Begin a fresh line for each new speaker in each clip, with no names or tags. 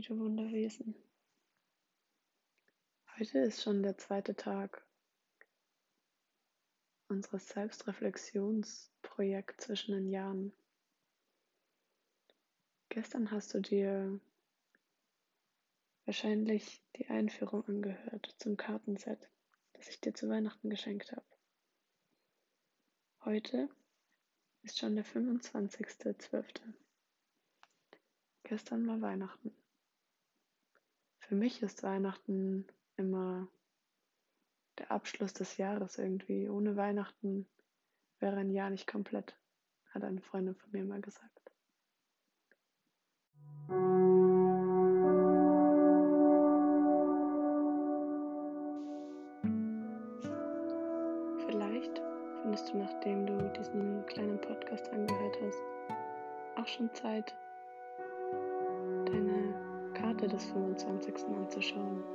du Wunderwesen. Heute ist schon der zweite Tag unseres Selbstreflexionsprojekts zwischen den Jahren. Gestern hast du dir wahrscheinlich die Einführung angehört zum Kartenset, das ich dir zu Weihnachten geschenkt habe. Heute ist schon der 25.12. Gestern war Weihnachten. Für mich ist Weihnachten immer der Abschluss des Jahres irgendwie. Ohne Weihnachten wäre ein Jahr nicht komplett, hat eine Freundin von mir mal gesagt. Vielleicht findest du, nachdem du diesen kleinen Podcast angehört hast, auch schon Zeit, deine Karte des 25. anzuschauen.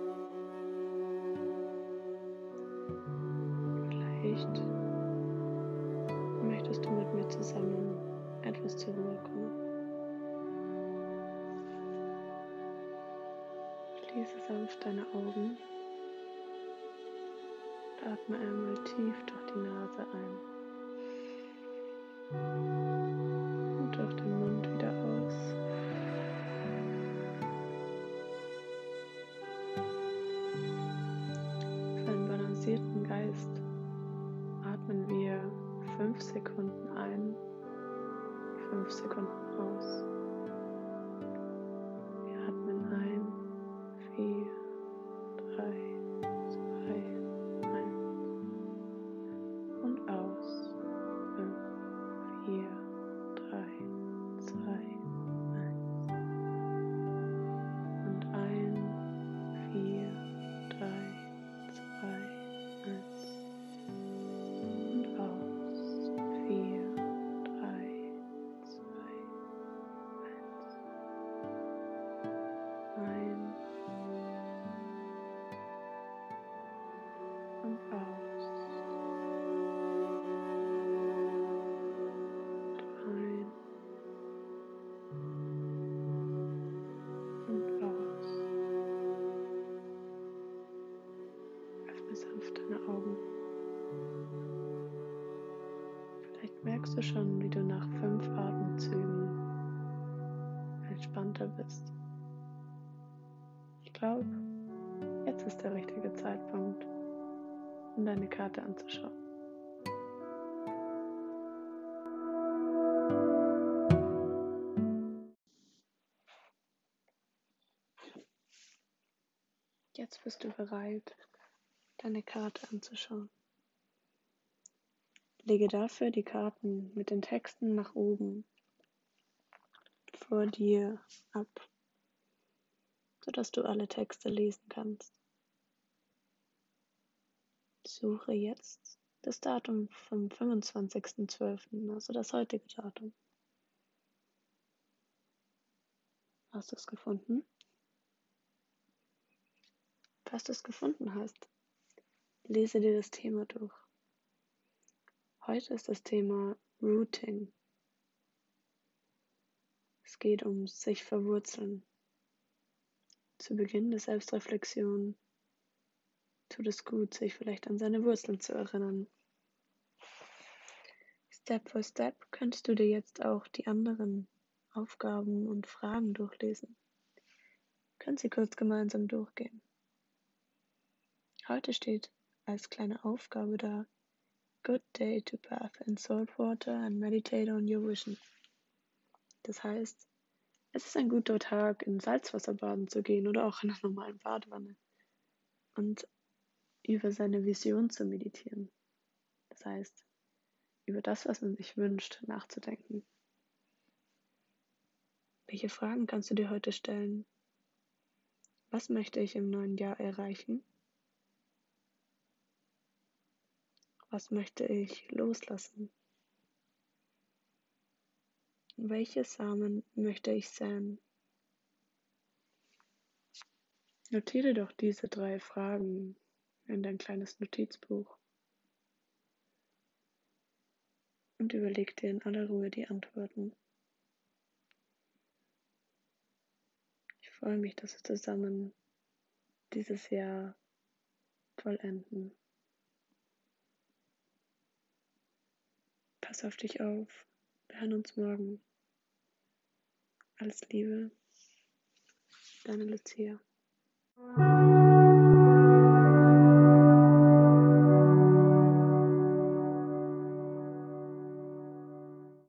Vielleicht möchtest du mit mir zusammen etwas zur Ruhe kommen. Schließe sanft deine Augen und atme einmal tief durch die Nase ein und durch den Mund wieder aus. Für einen balancierten Geist atmen wir 5 Sekunden ein, 5 Sekunden aus. Wir atmen ein, 4, 3, 2, 1 und aus, 5, 4, 3, 2, 1 und ein, 4, 3, 2, 1 und aus, 4, 3, 2, 1 ein und aus, ein und aus. Öffne sanft deine Augen. Vielleicht merkst du schon, wie du nach 5 Atemzügen entspannter bist. Ich glaube, jetzt ist der richtige Zeitpunkt, um deine Karte anzuschauen. Jetzt bist du bereit, deine Karte anzuschauen. Lege dafür die Karten mit den Texten nach oben vor dir ab, sodass du alle Texte lesen kannst. Suche jetzt das Datum vom 25.12., also das heutige Datum. Hast du es gefunden? Falls du es gefunden hast, lese dir das Thema durch. Heute ist das Thema Rooting. Es geht um sich verwurzeln. Zu Beginn der Selbstreflexion tut es gut, sich vielleicht an seine Wurzeln zu erinnern. Step for Step könntest du dir jetzt auch die anderen Aufgaben und Fragen durchlesen. Können sie kurz gemeinsam durchgehen. Heute steht als kleine Aufgabe da: Good day to bath in salt water and meditate on your vision. Das heißt, es ist ein guter Tag, in Salzwasser baden zu gehen oder auch in einer normalen Badewanne und über seine Vision zu meditieren. Das heißt, über das, was man sich wünscht, nachzudenken. Welche Fragen kannst du dir heute stellen? Was möchte ich im neuen Jahr erreichen? Was möchte ich loslassen? Welche Samen möchte ich säen? Notiere doch diese 3 Fragen in dein kleines Notizbuch und überleg dir in aller Ruhe die Antworten. Ich freue mich, dass wir zusammen dieses Jahr vollenden. Pass auf dich auf. Wir hören uns morgen. Alles Liebe, deine Lucia.